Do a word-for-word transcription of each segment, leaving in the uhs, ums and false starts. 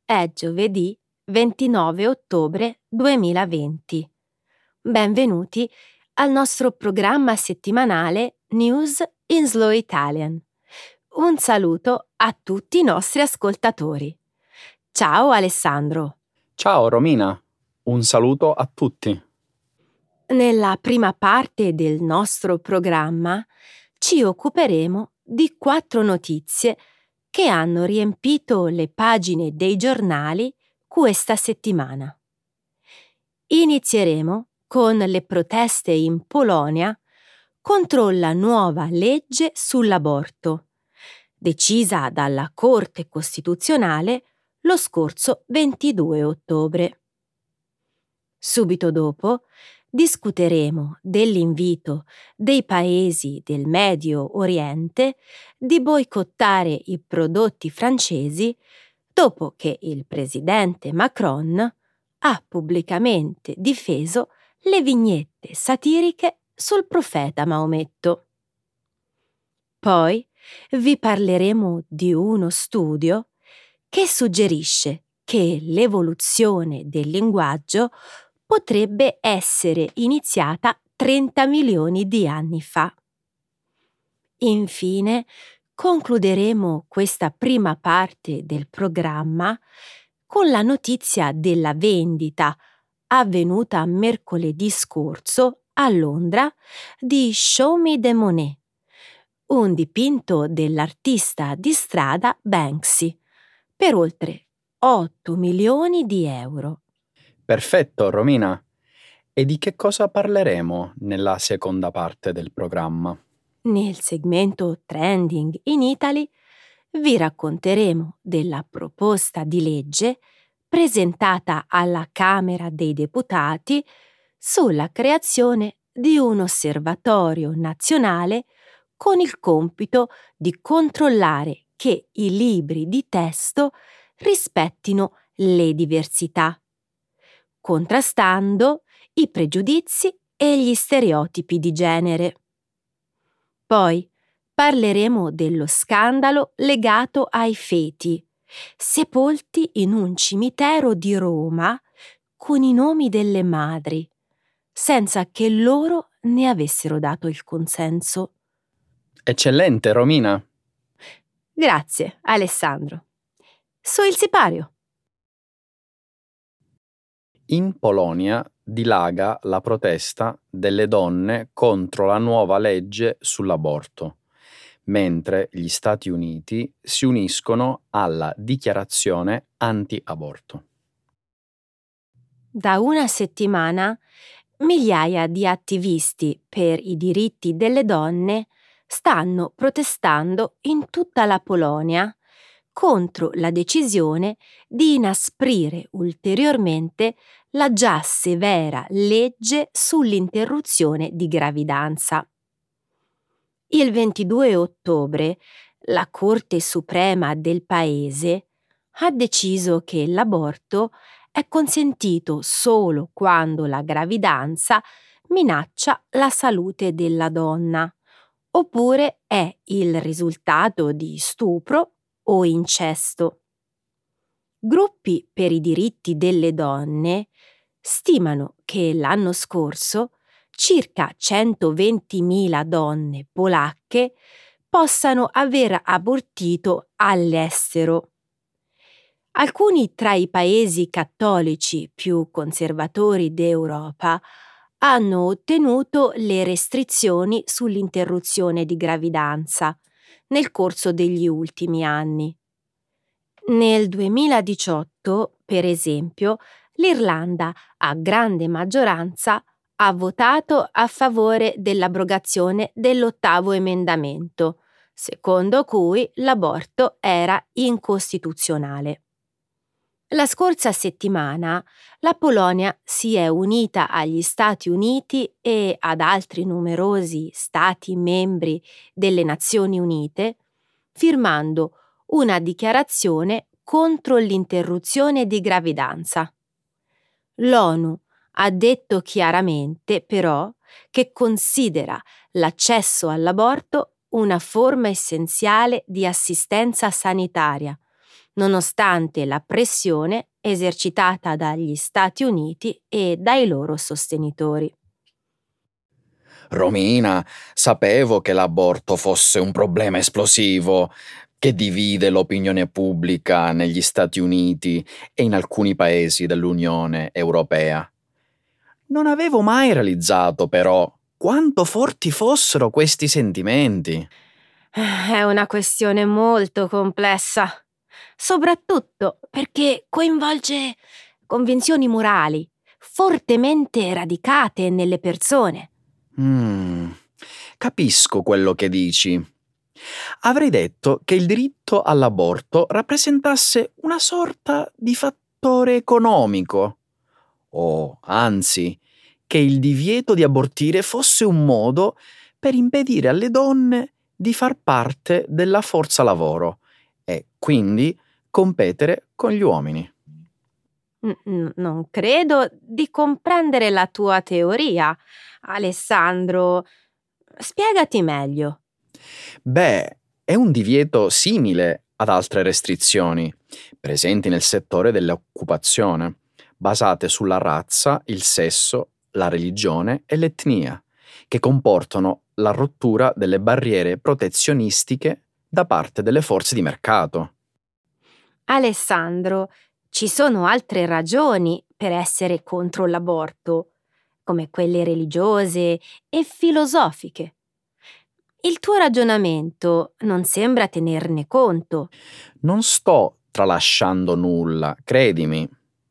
È giovedì ventinove ottobre duemilaventi. Benvenuti al nostro programma settimanale News in Slow Italian. Un saluto a tutti i nostri ascoltatori. Ciao Alessandro. Ciao Romina, un saluto a tutti. Nella prima parte del nostro programma ci occuperemo di quattro notizie che hanno riempito le pagine dei giornali questa settimana. Inizieremo con le proteste in Polonia contro la nuova legge sull'aborto, decisa dalla Corte Costituzionale lo scorso ventidue ottobre. Subito dopo discuteremo dell'invito dei paesi del Medio Oriente di boicottare i prodotti francesi dopo che il presidente Macron ha pubblicamente difeso le vignette satiriche sul profeta Maometto. Poi vi parleremo di uno studio che suggerisce che l'evoluzione del linguaggio potrebbe essere iniziata trenta milioni di anni fa. Infine, concluderemo questa prima parte del programma con la notizia della vendita avvenuta mercoledì scorso a Londra di Show Me the Monet, un dipinto dell'artista di strada Banksy, per oltre otto milioni di euro. Perfetto, Romina. E di che cosa parleremo nella seconda parte del programma? Nel segmento Trending in Italy vi racconteremo della proposta di legge presentata alla Camera dei Deputati sulla creazione di un osservatorio nazionale con il compito di controllare che i libri di testo rispettino le diversità, contrastando i pregiudizi e gli stereotipi di genere. Poi parleremo dello scandalo legato ai feti, sepolti in un cimitero di Roma con i nomi delle madri, senza che loro ne avessero dato il consenso. Eccellente, Romina. Grazie, Alessandro. Su il sipario. In Polonia dilaga la protesta delle donne contro la nuova legge sull'aborto, mentre gli Stati Uniti si uniscono alla dichiarazione anti-aborto. Da una settimana migliaia di attivisti per i diritti delle donne stanno protestando in tutta la Polonia contro la decisione di inasprire ulteriormente la già severa legge sull'interruzione di gravidanza. Il ventidue ottobre la Corte Suprema del paese ha deciso che l'aborto è consentito solo quando la gravidanza minaccia la salute della donna, oppure è il risultato di stupro o incesto. Gruppi per i diritti delle donne stimano che l'anno scorso circa centoventimila donne polacche possano aver abortito all'estero. Alcuni tra i paesi cattolici più conservatori d'Europa hanno ottenuto le restrizioni sull'interruzione di gravidanza nel corso degli ultimi anni. Nel duemiladiciotto, per esempio, l'Irlanda, a grande maggioranza, ha votato a favore dell'abrogazione dell'ottavo emendamento, secondo cui l'aborto era incostituzionale. La scorsa settimana la Polonia si è unita agli Stati Uniti e ad altri numerosi Stati membri delle Nazioni Unite, firmando una dichiarazione contro l'interruzione di gravidanza. L'ONU ha detto chiaramente, però, che considera l'accesso all'aborto una forma essenziale di assistenza sanitaria, nonostante la pressione esercitata dagli Stati Uniti e dai loro sostenitori. Romina, sapevo che l'aborto fosse un problema esplosivo che divide l'opinione pubblica negli Stati Uniti e in alcuni paesi dell'Unione Europea. Non avevo mai realizzato, però, quanto forti fossero questi sentimenti. È una questione molto complessa, soprattutto perché coinvolge convinzioni morali fortemente radicate nelle persone. Mm, capisco quello che dici. Avrei detto che il diritto all'aborto rappresentasse una sorta di fattore economico, o anzi, che il divieto di abortire fosse un modo per impedire alle donne di far parte della forza lavoro e quindi competere con gli uomini. N- n- non credo di comprendere la tua teoria, Alessandro. Spiegati meglio. Beh, è un divieto simile ad altre restrizioni presenti nel settore dell'occupazione, basate sulla razza, il sesso, la religione e l'etnia, che comportano la rottura delle barriere protezionistiche da parte delle forze di mercato. Alessandro, ci sono altre ragioni per essere contro l'aborto, come quelle religiose e filosofiche. Il tuo ragionamento non sembra tenerne conto. Non sto tralasciando nulla, credimi.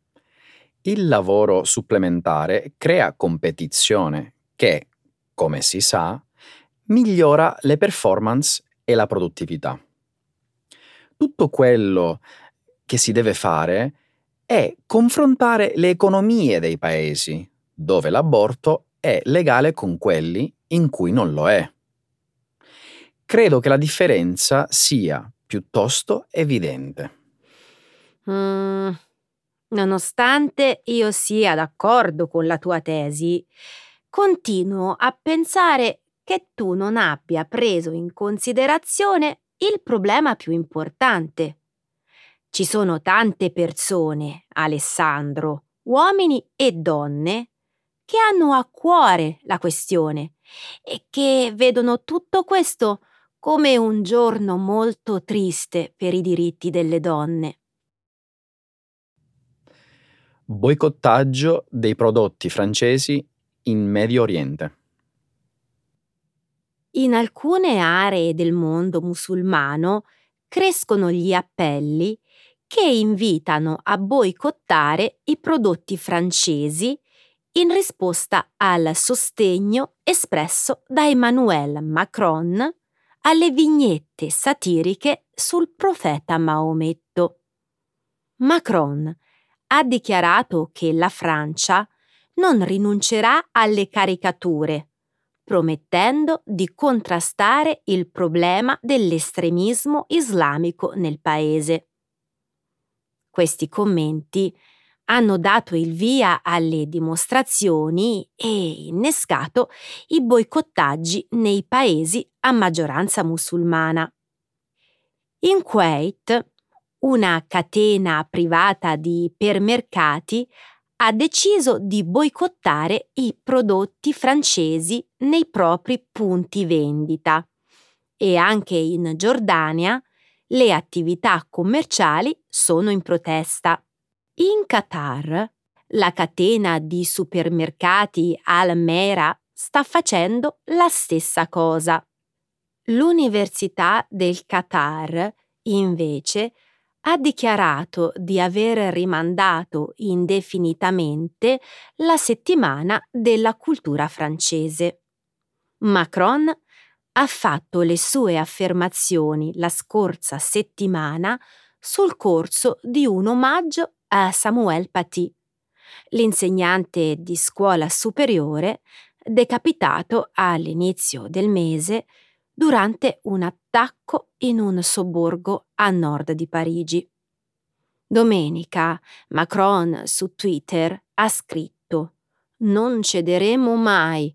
Il lavoro supplementare crea competizione che, come si sa, migliora le performance e la produttività. Tutto quello che si deve fare è confrontare le economie dei paesi dove l'aborto è legale con quelli in cui non lo è. Credo che la differenza sia piuttosto evidente. Mm, nonostante io sia d'accordo con la tua tesi, continuo a pensare che tu non abbia preso in considerazione il problema più importante. Ci sono tante persone, Alessandro, uomini e donne, che hanno a cuore la questione e che vedono tutto questo come un giorno molto triste per i diritti delle donne. Boicottaggio dei prodotti francesi in Medio Oriente. In alcune aree del mondo musulmano crescono gli appelli che invitano a boicottare i prodotti francesi in risposta al sostegno espresso da Emmanuel Macron alle vignette satiriche sul profeta Maometto. Macron ha dichiarato che la Francia non rinuncerà alle caricature, promettendo di contrastare il problema dell'estremismo islamico nel paese. Questi commenti hanno dato il via alle dimostrazioni e innescato i boicottaggi nei paesi a maggioranza musulmana. In Kuwait, una catena privata di ipermercati ha deciso di boicottare i prodotti francesi nei propri punti vendita e anche in Giordania le attività commerciali sono in protesta. In Qatar, la catena di supermercati Al-Mera sta facendo la stessa cosa. L'Università del Qatar, invece, ha dichiarato di aver rimandato indefinitamente la settimana della cultura francese. Macron ha fatto le sue affermazioni la scorsa settimana sul corso di un omaggio a Samuel Paty, l'insegnante di scuola superiore decapitato all'inizio del mese durante un attacco in un sobborgo a nord di Parigi. Domenica Macron su Twitter ha scritto: «Non cederemo mai.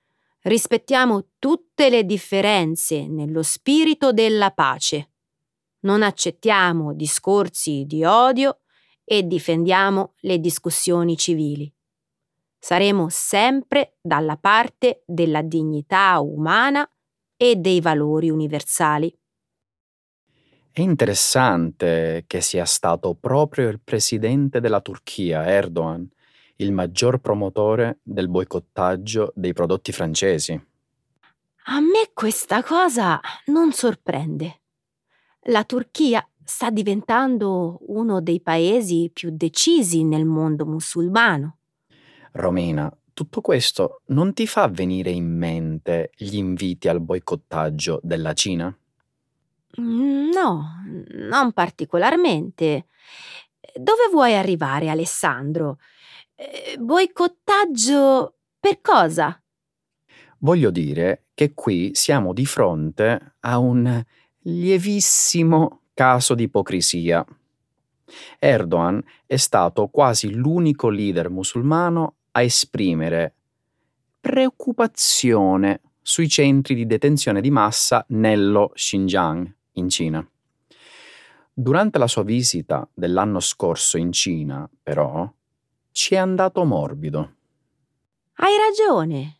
Rispettiamo tutte le differenze nello spirito della pace». Non accettiamo discorsi di odio e difendiamo le discussioni civili. Saremo sempre dalla parte della dignità umana e dei valori universali. È interessante che sia stato proprio il presidente della Turchia, Erdogan, il maggior promotore del boicottaggio dei prodotti francesi. A me questa cosa non sorprende. La Turchia sta diventando uno dei paesi più decisi nel mondo musulmano. Romina, tutto questo non ti fa venire in mente gli inviti al boicottaggio della Cina? Mm, No, non particolarmente. Dove vuoi arrivare, Alessandro? Eh, boicottaggio per cosa? Voglio dire che qui siamo di fronte a un lievissimo caso di ipocrisia. Erdogan è stato quasi l'unico leader musulmano a esprimere preoccupazione sui centri di detenzione di massa nello Xinjiang, in Cina. Durante la sua visita dell'anno scorso in Cina, però, ci è andato morbido. Hai ragione.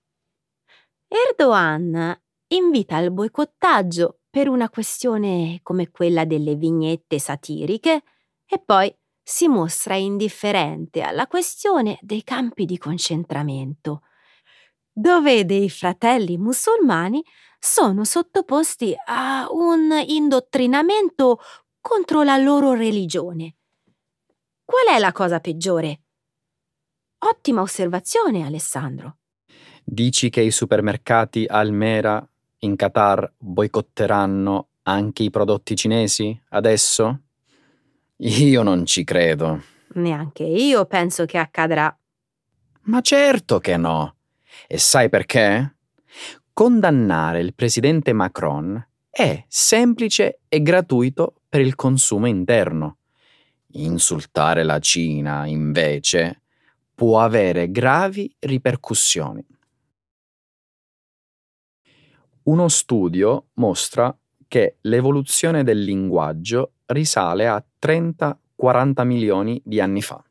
Erdogan invita al boicottaggio per una questione come quella delle vignette satiriche e poi si mostra indifferente alla questione dei campi di concentramento, dove dei fratelli musulmani sono sottoposti a un indottrinamento contro la loro religione. Qual è la cosa peggiore? Ottima osservazione, Alessandro. Dici che i supermercati Almera in Qatar boicotteranno anche i prodotti cinesi adesso? Io non ci credo. Neanche io penso che accadrà. Ma certo che no. E sai perché? Condannare il presidente Macron è semplice e gratuito per il consumo interno. Insultare la Cina, invece, può avere gravi ripercussioni. Uno studio mostra che l'evoluzione del linguaggio risale a trenta quaranta milioni di anni fa.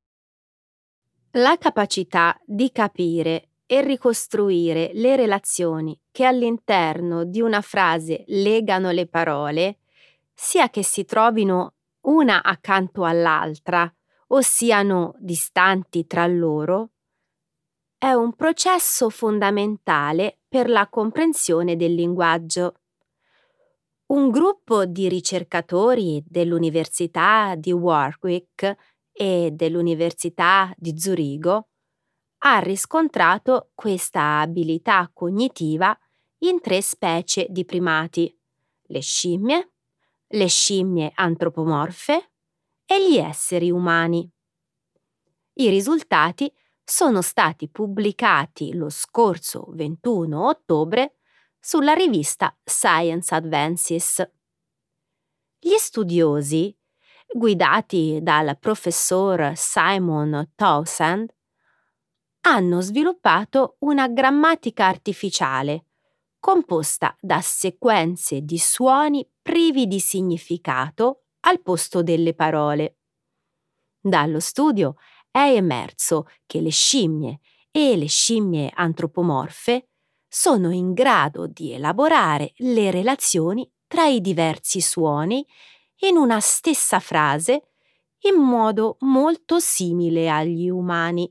La capacità di capire e ricostruire le relazioni che all'interno di una frase legano le parole, sia che si trovino una accanto all'altra o siano distanti tra loro, è un processo fondamentale per la comprensione del linguaggio. Un gruppo di ricercatori dell'Università di Warwick e dell'Università di Zurigo ha riscontrato questa abilità cognitiva in tre specie di primati: le scimmie, le scimmie antropomorfe e gli esseri umani. I risultati sono stati pubblicati lo scorso ventuno ottobre sulla rivista Science Advances. Gli studiosi, guidati dal professor Simon Townsend, hanno sviluppato una grammatica artificiale composta da sequenze di suoni privi di significato al posto delle parole. Dallo studio è emerso che le scimmie e le scimmie antropomorfe sono in grado di elaborare le relazioni tra i diversi suoni in una stessa frase in modo molto simile agli umani.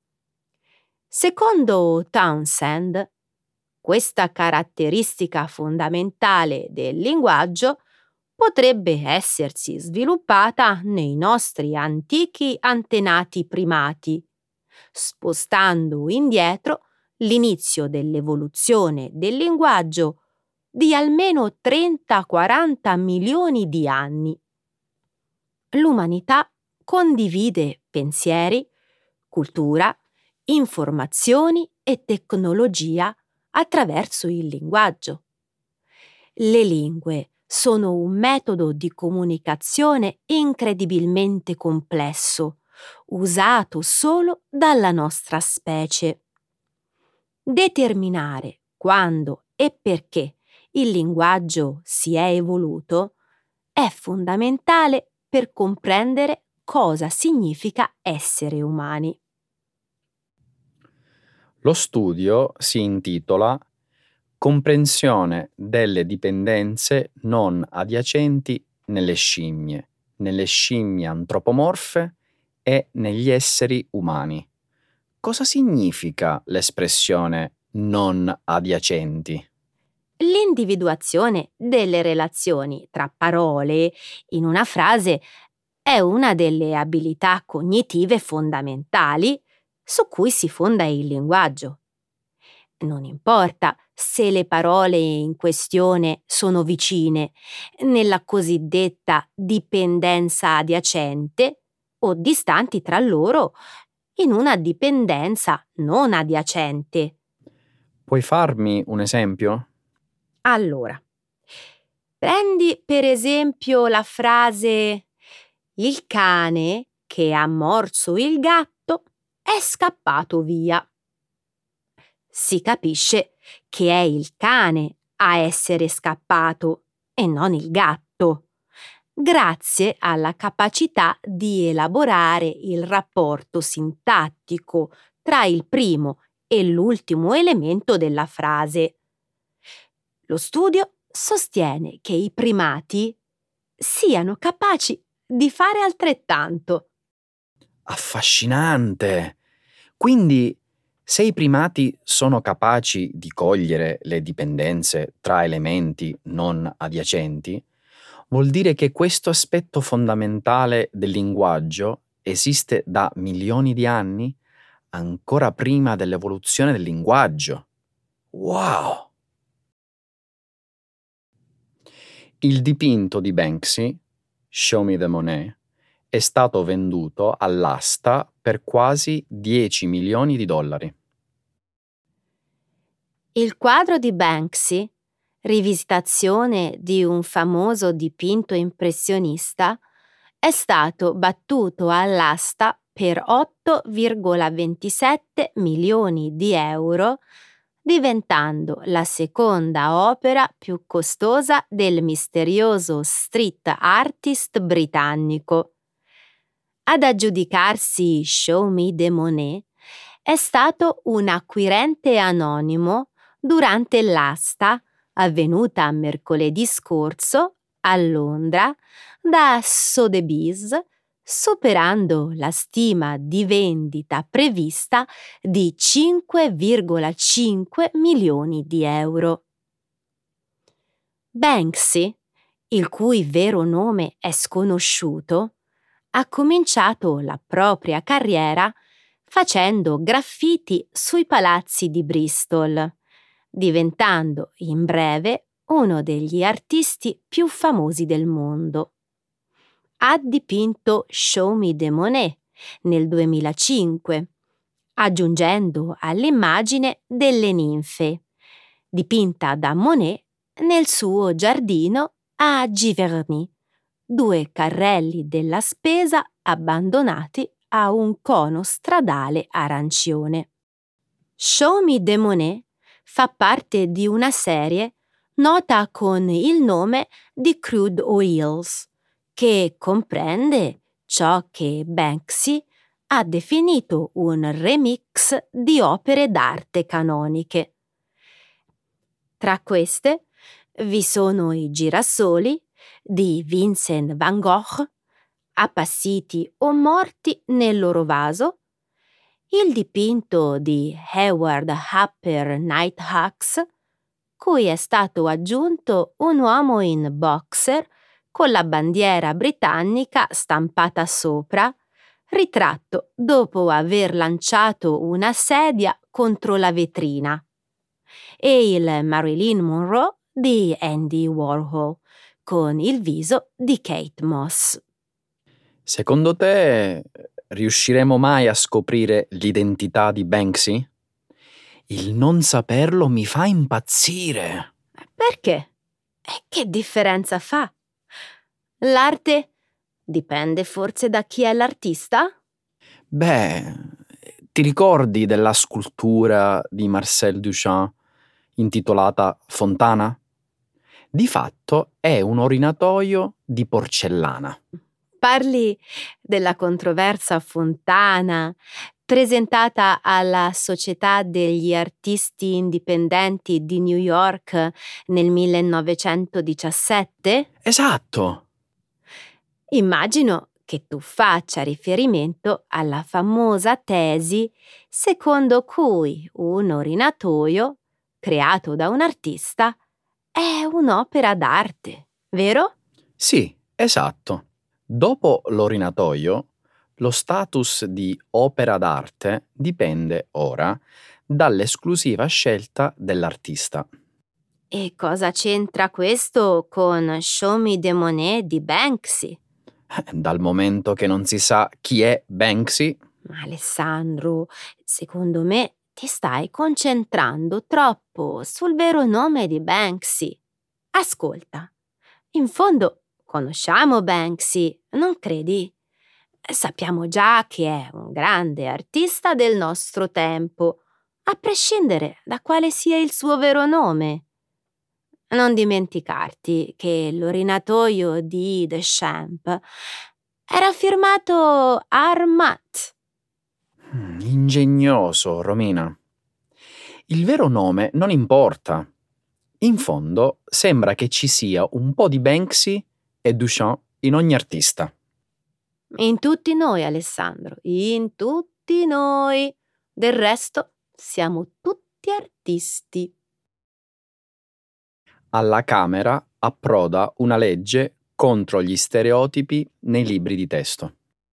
Secondo Townsend, questa caratteristica fondamentale del linguaggio potrebbe essersi sviluppata nei nostri antichi antenati primati, spostando indietro l'inizio dell'evoluzione del linguaggio di almeno trenta quaranta milioni di anni. L'umanità condivide pensieri, cultura, informazioni e tecnologia attraverso il linguaggio. Le lingue sono un metodo di comunicazione incredibilmente complesso, usato solo dalla nostra specie. Determinare quando e perché il linguaggio si è evoluto è fondamentale per comprendere cosa significa essere umani. Lo studio si intitola Comprensione delle dipendenze non adiacenti nelle scimmie, nelle scimmie antropomorfe e negli esseri umani. Cosa significa l'espressione non adiacenti? L'individuazione delle relazioni tra parole in una frase è una delle abilità cognitive fondamentali su cui si fonda il linguaggio. Non importa se le parole in questione sono vicine, nella cosiddetta dipendenza adiacente, o distanti tra loro in una dipendenza non adiacente. Puoi farmi un esempio? Allora, prendi per esempio la frase "Il cane che ha morso il gatto è scappato via". Si capisce che è il cane a essere scappato e non il gatto, grazie alla capacità di elaborare il rapporto sintattico tra il primo e l'ultimo elemento della frase. Lo studio sostiene che i primati siano capaci di fare altrettanto. Affascinante! Quindi, se i primati sono capaci di cogliere le dipendenze tra elementi non adiacenti, vuol dire che questo aspetto fondamentale del linguaggio esiste da milioni di anni, ancora prima dell'evoluzione del linguaggio. Wow! Il dipinto di Banksy, Show Me the Monet, è stato venduto all'asta per quasi dieci milioni di dollari. Il quadro di Banksy, rivisitazione di un famoso dipinto impressionista, è stato battuto all'asta per otto virgola ventisette milioni di euro, diventando la seconda opera più costosa del misterioso street artist britannico. Ad aggiudicarsi Show Me the Monet è stato un acquirente anonimo durante l'asta, avvenuta mercoledì scorso a Londra, da Sotheby's, superando la stima di vendita prevista di cinque virgola cinque milioni di euro. Banksy, il cui vero nome è sconosciuto, ha cominciato la propria carriera facendo graffiti sui palazzi di Bristol, diventando in breve uno degli artisti più famosi del mondo. Ha dipinto Show Me the Monet nel duemilacinque, aggiungendo all'immagine delle ninfe, dipinta da Monet nel suo giardino a Giverny, due carrelli della spesa abbandonati a un cono stradale arancione. Show Me the Monet fa parte di una serie nota con il nome di Crude Oils, che comprende ciò che Banksy ha definito un remix di opere d'arte canoniche. Tra queste vi sono i girasoli di Vincent van Gogh, appassiti o morti nel loro vaso, il dipinto di Howard Happer Nighthawks, cui è stato aggiunto un uomo in boxer con la bandiera britannica stampata sopra, ritratto dopo aver lanciato una sedia contro la vetrina, e il Marilyn Monroe di Andy Warhol, con il viso di Kate Moss. Secondo te riusciremo mai a scoprire l'identità di Banksy? Il non saperlo mi fa impazzire. Perché? E che differenza fa? L'arte dipende forse da chi è l'artista? Beh, ti ricordi della scultura di Marcel Duchamp intitolata Fontana? Di fatto è un orinatoio di porcellana. Parli della controversa fontana presentata alla Società degli Artisti Indipendenti di New York nel millenovecentodiciassette? Esatto! Immagino che tu faccia riferimento alla famosa tesi secondo cui un orinatoio, creato da un artista, è un'opera d'arte, vero? Sì, esatto. Dopo l'orinatoio, lo status di opera d'arte dipende ora dall'esclusiva scelta dell'artista. E cosa c'entra questo con Show Me the Monet di Banksy? Dal momento che non si sa chi è Banksy, Ma Alessandro, secondo me ti stai concentrando troppo sul vero nome di Banksy. Ascolta, in fondo conosciamo Banksy, non credi? Sappiamo già che è un grande artista del nostro tempo, a prescindere da quale sia il suo vero nome. Non dimenticarti che l'orinatoio di Deschamps era firmato Armat. mm, ingegnoso, Romina. Il vero nome non importa. In fondo, sembra che ci sia un po' di Banksy e Duchamp in ogni artista. In tutti noi, Alessandro, in tutti noi. Del resto, siamo tutti artisti. Alla Camera approda una legge contro gli stereotipi nei libri di testo.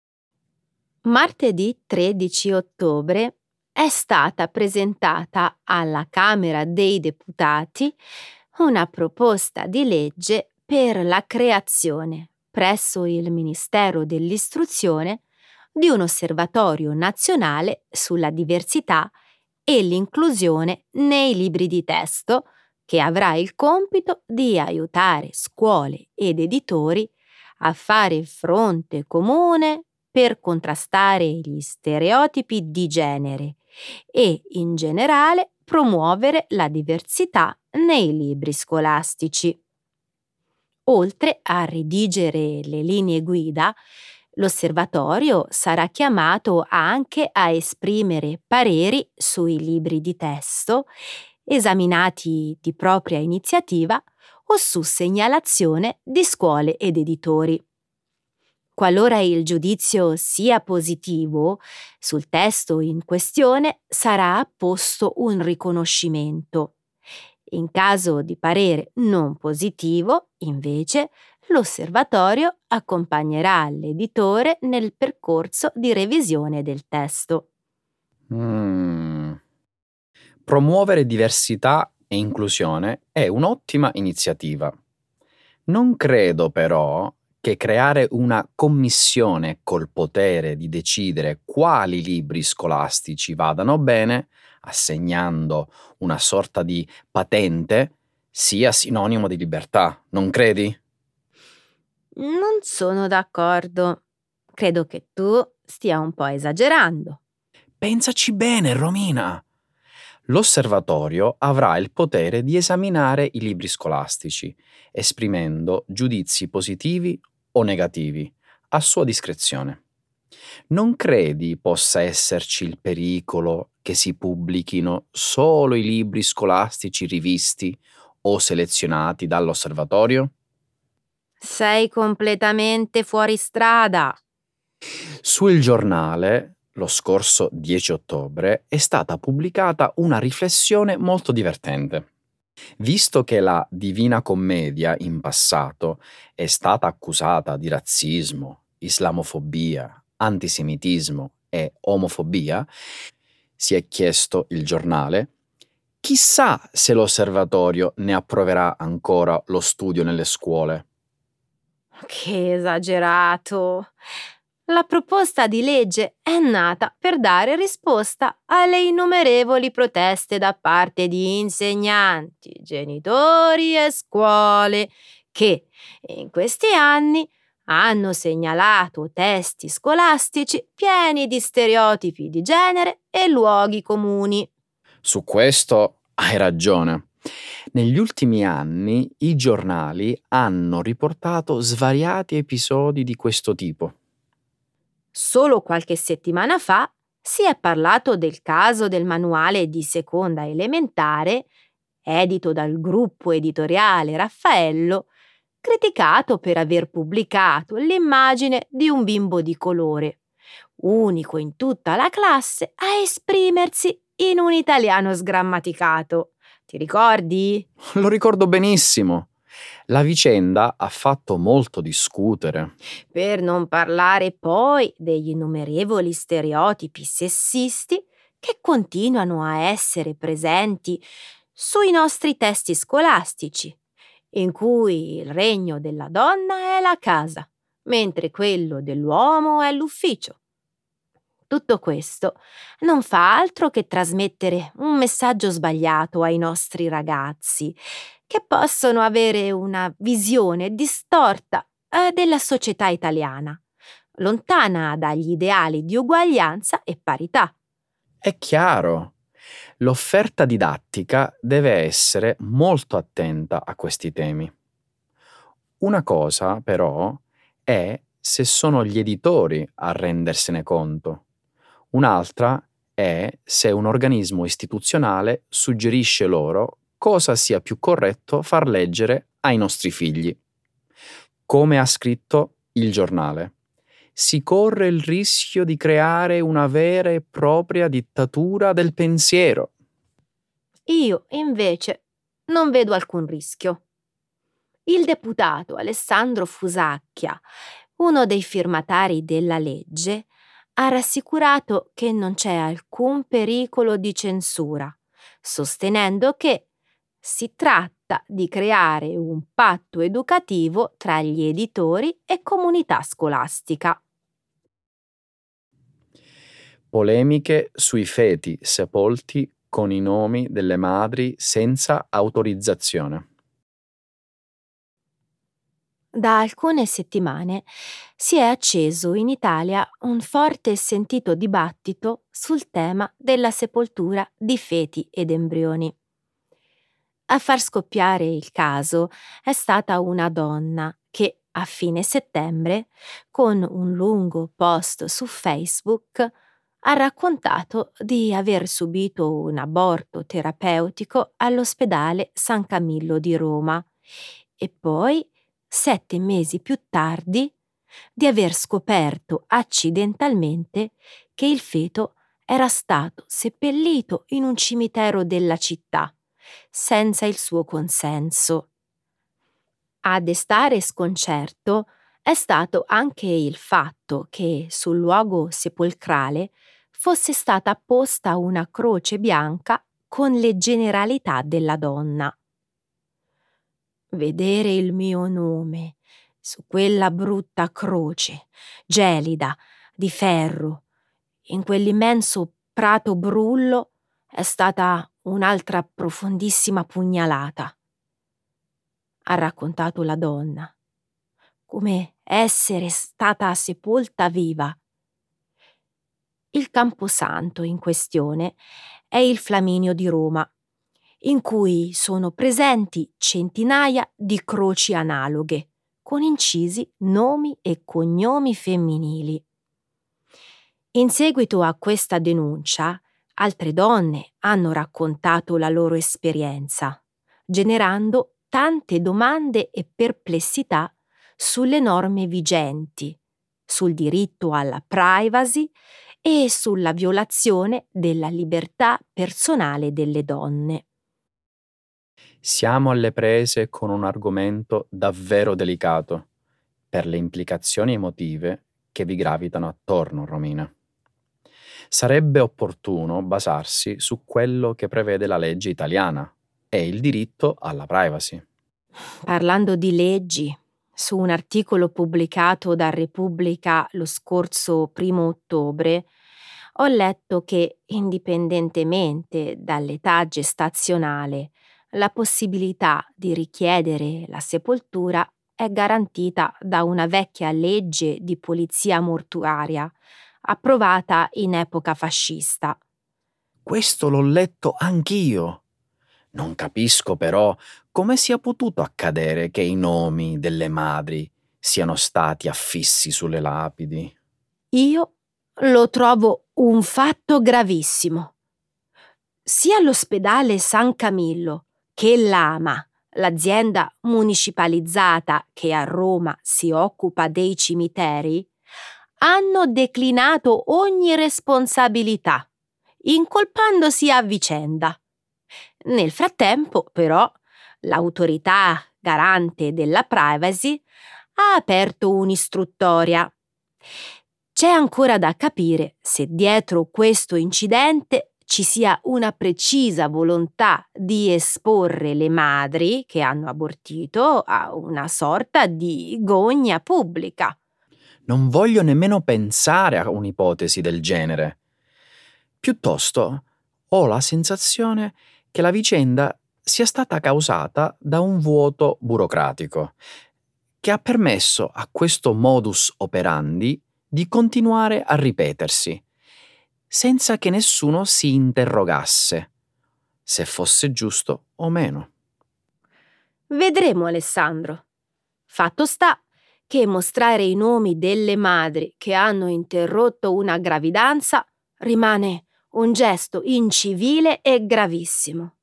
Martedì tredici ottobre è stata presentata alla Camera dei Deputati una proposta di legge per la creazione, presso il Ministero dell'Istruzione, di un osservatorio nazionale sulla diversità e l'inclusione nei libri di testo, che avrà il compito di aiutare scuole ed editori a fare fronte comune per contrastare gli stereotipi di genere e, in generale, promuovere la diversità nei libri scolastici. Oltre a redigere le linee guida, l'osservatorio sarà chiamato anche a esprimere pareri sui libri di testo, esaminati di propria iniziativa o su segnalazione di scuole ed editori. Qualora il giudizio sia positivo, sul testo in questione sarà apposto un riconoscimento. In caso di parere non positivo, invece, l'osservatorio accompagnerà l'editore nel percorso di revisione del testo. Mm. Promuovere diversità e inclusione è un'ottima iniziativa. Non credo però che creare una commissione col potere di decidere quali libri scolastici vadano bene, assegnando una sorta di patente, sia sinonimo di libertà, non credi? Non sono d'accordo. Credo che tu stia un po' esagerando. Pensaci bene, Romina. L'osservatorio avrà il potere di esaminare i libri scolastici, esprimendo giudizi positivi o negativi, a sua discrezione. Non credi possa esserci il pericolo che si pubblichino solo i libri scolastici rivisti o selezionati dall'osservatorio? Sei completamente fuori strada. Sul giornale, lo scorso dieci ottobre, è stata pubblicata una riflessione molto divertente. Visto che la Divina Commedia in passato è stata accusata di razzismo, islamofobia, antisemitismo e omofobia, si è chiesto il giornale, chissà se l'osservatorio ne approverà ancora lo studio nelle scuole. Che esagerato! La proposta di legge è nata per dare risposta alle innumerevoli proteste da parte di insegnanti, genitori e scuole che, in questi anni, hanno segnalato testi scolastici pieni di stereotipi di genere e luoghi comuni. Su questo hai ragione. Negli ultimi anni i giornali hanno riportato svariati episodi di questo tipo. Solo qualche settimana fa si è parlato del caso del manuale di seconda elementare, edito dal gruppo editoriale Raffaello, criticato per aver pubblicato l'immagine di un bimbo di colore, unico in tutta la classe a esprimersi in un italiano sgrammaticato. Ti ricordi? Lo ricordo benissimo. La vicenda ha fatto molto discutere. Per non parlare poi degli innumerevoli stereotipi sessisti che continuano a essere presenti sui nostri testi scolastici, in cui il regno della donna è la casa, mentre quello dell'uomo è l'ufficio. Tutto questo non fa altro che trasmettere un messaggio sbagliato ai nostri ragazzi, che possono avere una visione distorta eh, della società italiana, lontana dagli ideali di uguaglianza e parità. È chiaro. L'offerta didattica deve essere molto attenta a questi temi. Una cosa, però, è se sono gli editori a rendersene conto. Un'altra è se un organismo istituzionale suggerisce loro cosa sia più corretto far leggere ai nostri figli. Come ha scritto il giornale, si corre il rischio di creare una vera e propria dittatura del pensiero. Io, invece, non vedo alcun rischio. Il deputato Alessandro Fusacchia, uno dei firmatari della legge, ha rassicurato che non c'è alcun pericolo di censura, sostenendo che si tratta di creare un patto educativo tra gli editori e comunità scolastica. Polemiche sui feti sepolti con i nomi delle madri senza autorizzazione. Da alcune settimane si è acceso in Italia un forte e sentito dibattito sul tema della sepoltura di feti ed embrioni. A far scoppiare il caso è stata una donna che, a fine settembre, con un lungo post su Facebook, ha raccontato di aver subito un aborto terapeutico all'ospedale San Camillo di Roma e poi, sette mesi più tardi, di aver scoperto accidentalmente che il feto era stato seppellito in un cimitero della città, senza il suo consenso. A destare sconcerto è stato anche il fatto che sul luogo sepolcrale fosse stata apposta una croce bianca con le generalità della donna. Vedere il mio nome su quella brutta croce, gelida, di ferro, in quell'immenso prato brullo, è stata un'altra profondissima pugnalata. Ha raccontato la donna, come essere stata sepolta viva. Il camposanto in questione è il Flaminio di Roma, in cui sono presenti centinaia di croci analoghe, con incisi nomi e cognomi femminili. In seguito a questa denuncia, altre donne hanno raccontato la loro esperienza, generando tante domande e perplessità sulle norme vigenti, sul diritto alla privacy e sulla violazione della libertà personale delle donne. Siamo alle prese con un argomento davvero delicato per le implicazioni emotive che vi gravitano attorno, Romina. Sarebbe opportuno basarsi su quello che prevede la legge italiana e il diritto alla privacy. Parlando di leggi, su un articolo pubblicato da Repubblica lo scorso primo ottobre, ho letto che, indipendentemente dall'età gestazionale, la possibilità di richiedere la sepoltura è garantita da una vecchia legge di polizia mortuaria, approvata in epoca fascista. Questo l'ho letto anch'io. Non capisco però come sia potuto accadere che i nomi delle madri siano stati affissi sulle lapidi. Io lo trovo un fatto gravissimo. Sia l'ospedale San Camillo che l'Ama, l'azienda municipalizzata che a Roma si occupa dei cimiteri, hanno declinato ogni responsabilità, incolpandosi a vicenda. Nel frattempo, però, l'autorità garante della privacy ha aperto un'istruttoria. C'è ancora da capire se dietro questo incidente ci sia una precisa volontà di esporre le madri che hanno abortito a una sorta di gogna pubblica. Non voglio nemmeno pensare a un'ipotesi del genere. Piuttosto ho la sensazione che la vicenda sia stata causata da un vuoto burocratico che ha permesso a questo modus operandi di continuare a ripetersi, senza che nessuno si interrogasse se fosse giusto o meno. Vedremo, Alessandro. Fatto sta che mostrare i nomi delle madri che hanno interrotto una gravidanza rimane un gesto incivile e gravissimo.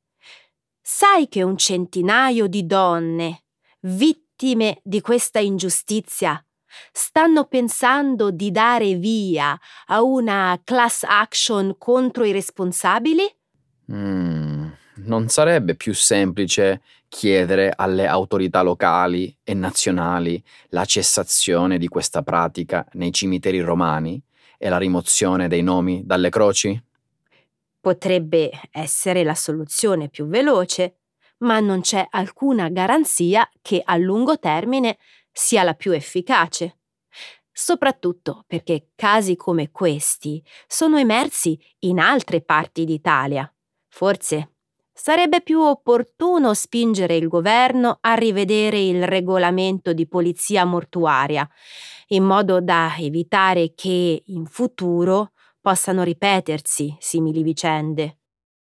Sai che un centinaio di donne, vittime di questa ingiustizia, stanno pensando di dare via a una class action contro i responsabili? Mm, non sarebbe più semplice chiedere alle autorità locali e nazionali la cessazione di questa pratica nei cimiteri romani e la rimozione dei nomi dalle croci? Potrebbe essere la soluzione più veloce, ma non c'è alcuna garanzia che a lungo termine sia la più efficace. Soprattutto perché casi come questi sono emersi in altre parti d'Italia. Forse sarebbe più opportuno spingere il governo a rivedere il regolamento di polizia mortuaria, in modo da evitare che in futuro possano ripetersi simili vicende.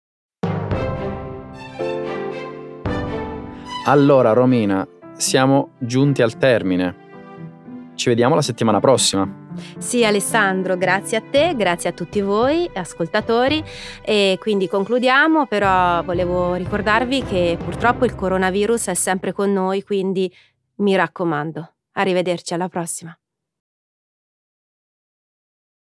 Allora, Romina, siamo giunti al termine. Ci vediamo la settimana prossima. Sì, Alessandro, grazie a te, grazie a tutti voi ascoltatori, e quindi concludiamo, però volevo ricordarvi che purtroppo il coronavirus è sempre con noi, quindi mi raccomando, arrivederci alla prossima.